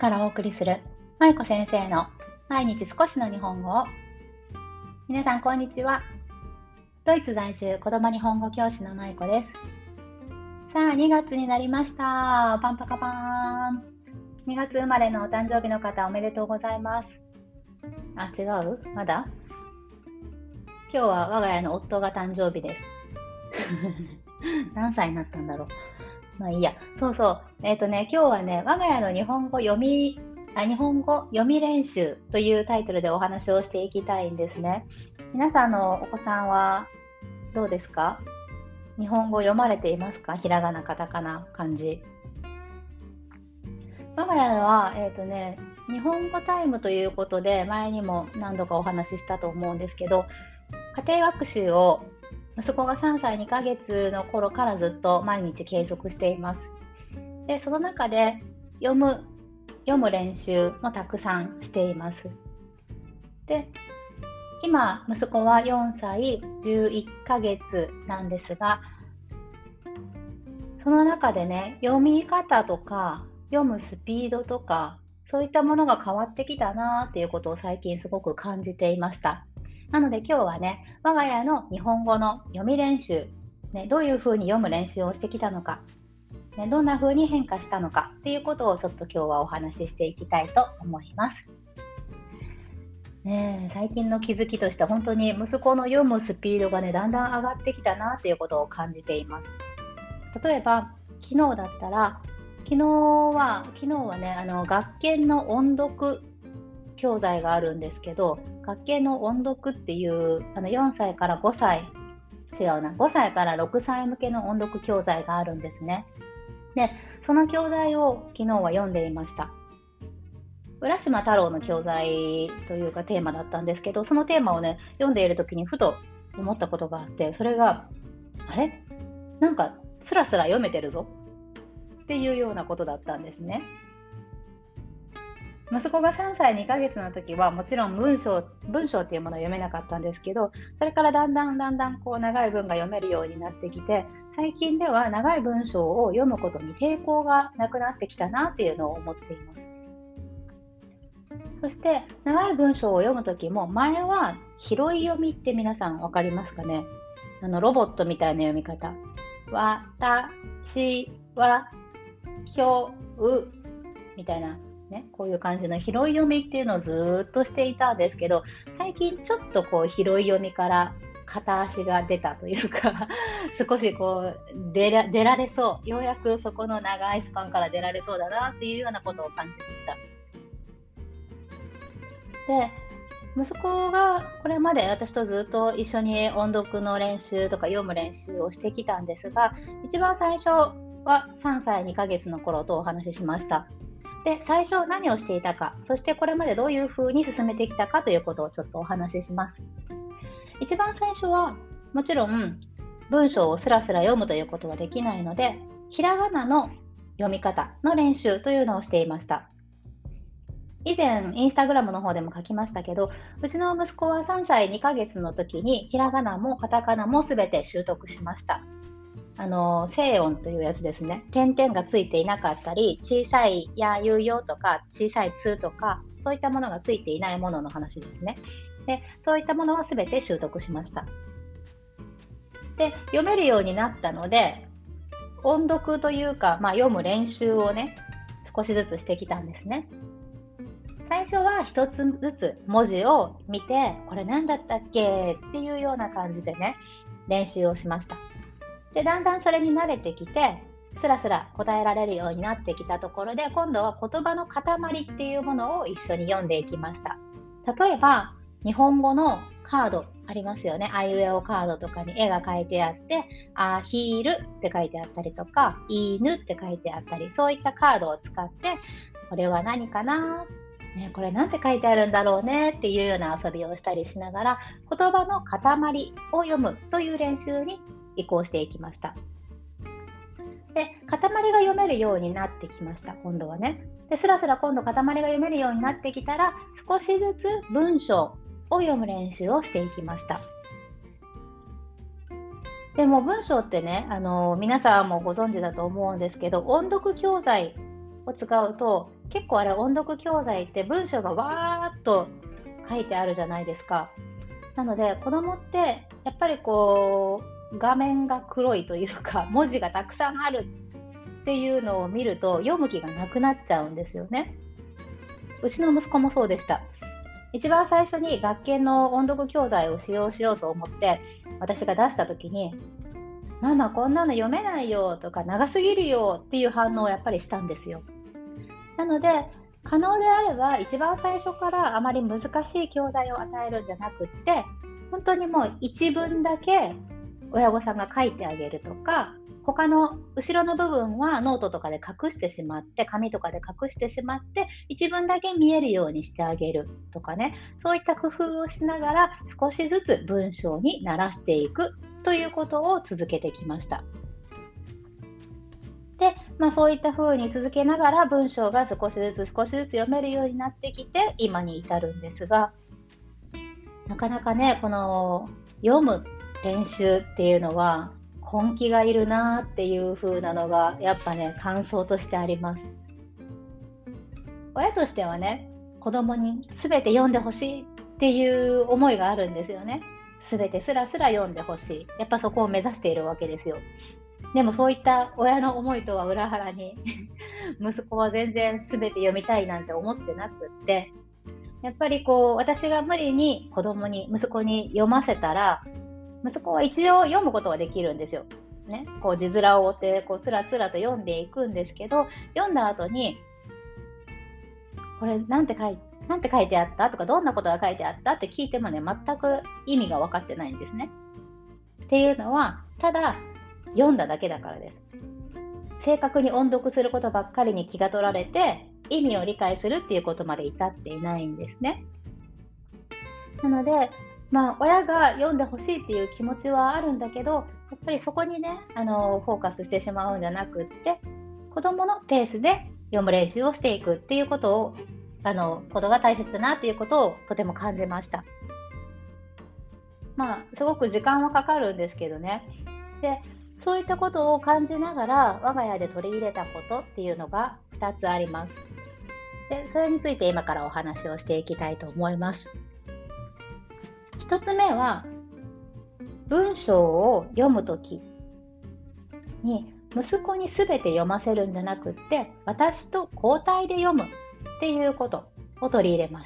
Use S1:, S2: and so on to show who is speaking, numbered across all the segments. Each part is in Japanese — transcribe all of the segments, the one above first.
S1: からお送りするまいこ先生の毎日少しの日本語を。皆さんこんにちは。ドイツ在住子供日本語教師のまいこです。さあ2月になりました。パンパカパーン。2月生まれのお誕生日の方おめでとうございます。違う？まだ？今日は我が家の夫が誕生日です。何歳になったんだろう。まあいいや。そうそう。今日はね、我が家の日本語読み練習というタイトルでお話をしていきたいんですね。皆さんのお子さんはどうですか？日本語読まれていますか？ひらがな、カタカナ、漢字。我が家は、日本語タイムということで前にも何度かお話ししたと思うんですけど、家庭学習を息子が3歳2ヶ月の頃からずっと毎日継続しています。で、その中で読む練習もたくさんしています。で、今息子は4歳11ヶ月なんですが、その中でね、読み方とか読むスピードとかそういったものが変わってきたなっていうことを最近すごく感じていました。なので今日はね、我が家の日本語の読み練習、どういうふうに読む練習をしてきたのか、どんな風に変化したのかっていうことをちょっと今日はお話ししていきたいと思います。最近の気づきとして本当に息子の読むスピードがね、だんだん上がってきたなっていうことを感じています。例えば昨日だったら、昨日はね、学研の音読教材があるんですけど、学研の音読っていう4歳から5歳5歳から6歳向けの音読教材があるんですね。で、その教材を昨日は読んでいました。浦島太郎の教材というかテーマだったんですけど、そのテーマをね、読んでいる時にふと思ったことがあって、それがなんかスラスラ読めてるぞっていうようなことだったんですね。息子が3歳2ヶ月の時はもちろん文章っていうものを読めなかったんですけど、それからだんだんこう長い文が読めるようになってきて、最近では長い文章を読むことに抵抗がなくなってきたなっていうのを思っています。そして長い文章を読む時も、前は拾い読みって皆さん分かりますかね？ロボットみたいな読み方。私は今日みたいなね、こういう感じの拾い読みっていうのをずっとしていたんですけど、最近ちょっとこう拾い読みから片足が出たというか少しこう出られそう、ようやくそこの長いスパンから出られそうだなっていうようなことを感じました。で、息子がこれまで私とずっと一緒に音読の練習とか読む練習をしてきたんですが、一番最初は3歳2ヶ月の頃とお話ししました。で、最初何をしていたか、そしてこれまでどういうふうに進めてきたかということをちょっとお話しします。一番最初はもちろん文章をスラスラ読むということはできないので、ひらがなの読み方の練習というのをしていました。以前インスタグラムの方でも書きましたけど、うちの息子は3歳2ヶ月の時にひらがなもカタカナもすべて習得しました。静音というやつですね。点々がついていなかったり、小さいやゆうよとか小さいつとか、そういったものがついていないものの話ですね。で、そういったものはすべて習得しました。で、読めるようになったので、音読というか、読む練習をね、少しずつしてきたんですね。最初は一つずつ文字を見て、これ何だったっけっていうような感じでね、練習をしました。で、だんだんそれに慣れてきて、スラスラ答えられるようになってきたところで、今度は言葉の塊っていうものを一緒に読んでいきました。例えば、日本語のカードありますよね。あいうえおカードとかに絵が書いてあって、アヒールって書いてあったりとか、犬って書いてあったり、そういったカードを使って、これは何かな、これなんて書いてあるんだろうねっていうような遊びをしたりしながら、言葉の塊を読むという練習に移行していきました。で、塊が読めるようになってきました。今度はね。で、スラスラ今度塊が読めるようになってきたら、少しずつ文章を読む練習をしていきました。でも文章ってね、皆さんもご存知だと思うんですけど、音読教材を使うと結構あれ音読教材って文章がわーっと書いてあるじゃないですか。なので子供ってやっぱりこう画面が黒いというか文字がたくさんあるっていうのを見ると読む気がなくなっちゃうんですよね。うちの息子もそうでした。一番最初に学研の音読教材を使用しようと思って私が出した時に、ママこんなの読めないよとか長すぎるよっていう反応をやっぱりしたんですよ。なので可能であれば一番最初からあまり難しい教材を与えるんじゃなくって、本当にもう一文だけ親御さんが書いてあげるとか、他の後ろの部分はノートとかで隠してしまって、紙とかで隠してしまって一文だけ見えるようにしてあげるとかね、そういった工夫をしながら少しずつ文章に慣らしていくということを続けてきました。で、そういった風に続けながら文章が少しずつ読めるようになってきて今に至るんですが、なかなかねこの読む練習っていうのは根気がいるなっていう風なのがやっぱね感想としてあります。親としてはね、子供に全て読んでほしいっていう思いがあるんですよね。全てスラスラ読んでほしい、やっぱそこを目指しているわけですよ。でもそういった親の思いとは裏腹に息子は全然全て読みたいなんて思ってなくって、やっぱりこう私が無理に息子に読ませたら、息子は一応読むことはできるんですよ、ね、こう字面を追ってこうつらつらと読んでいくんですけど、読んだ後にこれなんて書いてあったとか、どんなことが書いてあったって聞いてもね、全く意味が分かってないんですね。っていうのはただ読んだだけだからです。正確に音読することばっかりに気が取られて意味を理解するっていうことまで至っていないんですね。なので親が読んでほしいっていう気持ちはあるんだけど、やっぱりそこにねフォーカスしてしまうんじゃなくって、子どものペースで読む練習をしていくっていうことが大切だなっていうことをとても感じました。すごく時間はかかるんですけどね。でそういったことを感じながら我が家で取り入れたことっていうのが2つあります。でそれについて今からお話をしていきたいと思います。1つ目は、文章を読むときに息子に全て読ませるんじゃなくって、私と交代で読むっていうことを取り入れました。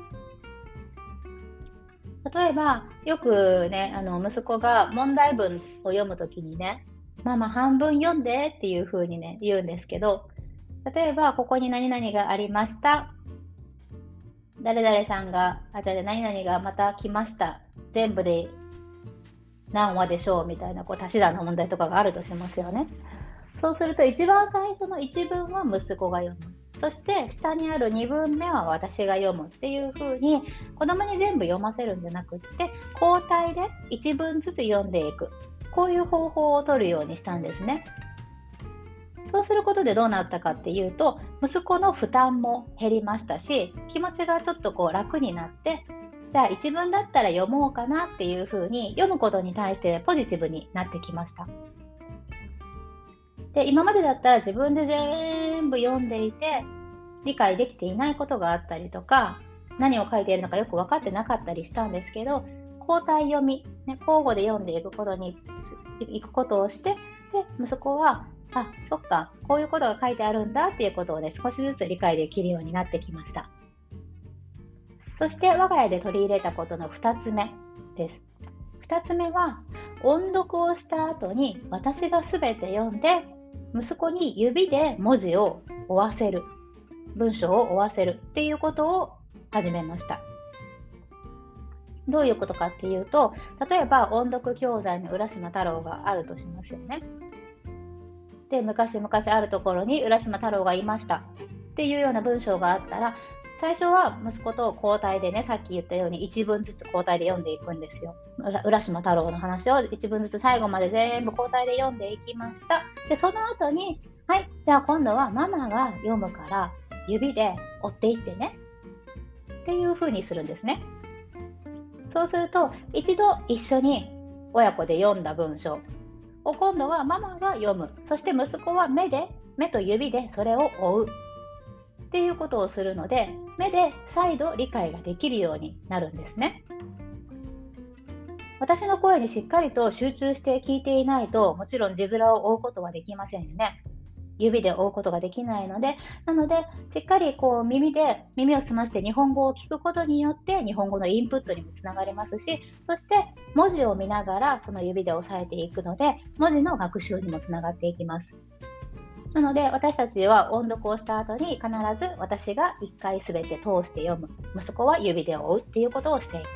S1: 例えばよくね息子が問題文を読むときにね、ママ半分読んでっていう風にね言うんですけど、例えばここに何々がありました、誰々さんが何々がまた来ました、全部で何話でしょうみたいな足し算の問題とかがあるとしますよね。そうすると一番最初の一文は息子が読む、そして下にある2文目は私が読むっていう風に子供に全部読ませるんじゃなくって、交代で1文ずつ読んでいく、こういう方法を取るようにしたんですね。そうすることでどうなったかっていうと、息子の負担も減りましたし、気持ちがちょっと楽になって、じゃあ一文だったら読もうかなっていう風に読むことに対してポジティブになってきました。で今までだったら自分で全部読んでいて理解できていないことがあったりとか、何を書いているのかよく分かってなかったりしたんですけど、交代読み、交互で読んでいくことをして、で息子はそっか、こういうことが書いてあるんだっていうことをね少しずつ理解できるようになってきました。そして我が家で取り入れたことの2つ目です。2つ目は、音読をした後に私が全て読んで息子に指で文字を追わせる、文章を追わせるっていうことを始めました。どういうことかっていうと、例えば音読教材の浦島太郎があるとしますよね。で昔々あるところに浦島太郎がいましたっていうような文章があったら、最初は息子と交代でね、さっき言ったように一文ずつ交代で読んでいくんですよ。浦島太郎の話を一文ずつ最後まで全部交代で読んでいきました。でその後に、じゃあ今度はママが読むから指で追っていってねっていう風にするんですね。そうすると一度一緒に親子で読んだ文章を今度はママが読む、そして息子は目と指でそれを追うっっていうことをするので、目で再度理解ができるようになるんですね。私の声にしっかりと集中して聞いていないと、もちろん字面を追うことはできませんよね。指で追うことができないので、なのでしっかり耳を澄まして日本語を聞くことによって日本語のインプットにもつながりますし、そして文字を見ながらその指で押さえていくので、文字の学習にもつながっていきます。なので私たちは音読をした後に必ず私が1回すべて通して読む、息子は指で追うっていうことをしています。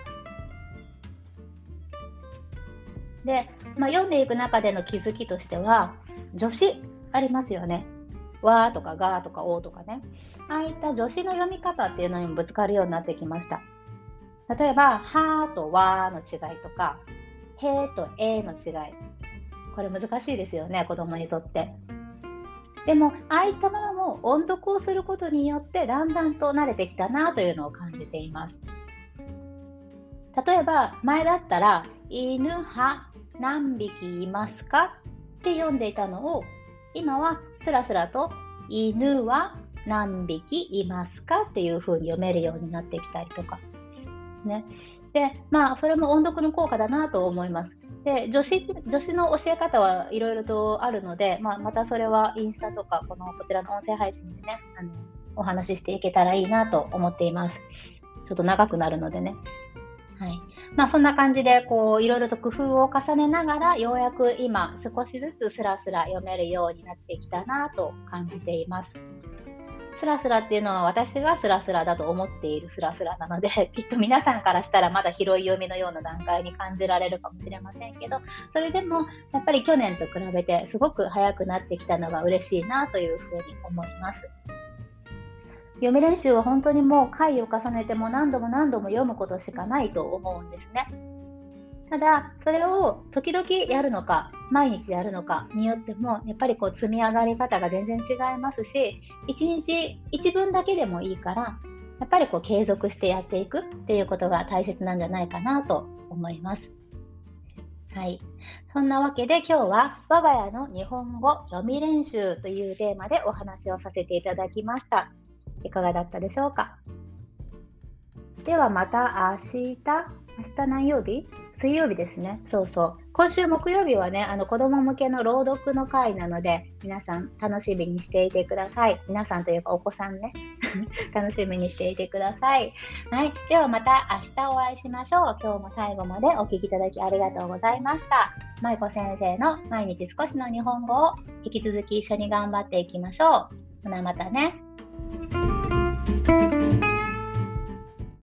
S1: で、読んでいく中での気づきとしては、助詞ありますよね。わーとかがーとかおーとかね。ああいった助詞の読み方っていうのにもぶつかるようになってきました。例えば、はーとわーの違いとか、へーとえーの違い。これ難しいですよね、子供にとって。でも、ああいったものも音読をすることによってだんだんと慣れてきたなというのを感じています。例えば、前だったら、犬は何匹いますかって読んでいたのを、今はスラスラと犬は何匹いますかっていう風に読めるようになってきたりとか、ね。で、それも音読の効果だなと思います。で、助詞の教え方はいろいろとあるので、またそれはインスタとかこちらの音声配信でね、お話ししていけたらいいなと思っています。ちょっと長くなるのでね。はい。そんな感じでいろいろと工夫を重ねながら、ようやく今少しずつスラスラ読めるようになってきたなと感じています。スラスラっていうのは私がスラスラだと思っているスラスラなので、きっと皆さんからしたらまだ広い読みのような段階に感じられるかもしれませんけど、それでもやっぱり去年と比べてすごく早くなってきたのが嬉しいなというふうに思います。読み練習は本当にもう回を重ねても何度も何度も読むことしかないと思うんですね。ただそれを時々やるのか毎日やるのかによってもやっぱり積み上がり方が全然違いますし、1日1文だけでもいいからやっぱり継続してやっていくっていうことが大切なんじゃないかなと思います。はい、そんなわけで今日は我が家の日本語読み練習というテーマでお話をさせていただきました。いかがだったでしょうか。ではまた明日何曜日？水曜日ですね。今週木曜日はね、子供向けの朗読の会なので、皆さん楽しみにしていてください。皆さんというかお子さんね、楽しみにしていてください。はい。ではまた明日お会いしましょう。今日も最後までお聞きいただきありがとうございました。まいこ先生の毎日少しの日本語を引き続き一緒に頑張っていきましょう。ほなまたね。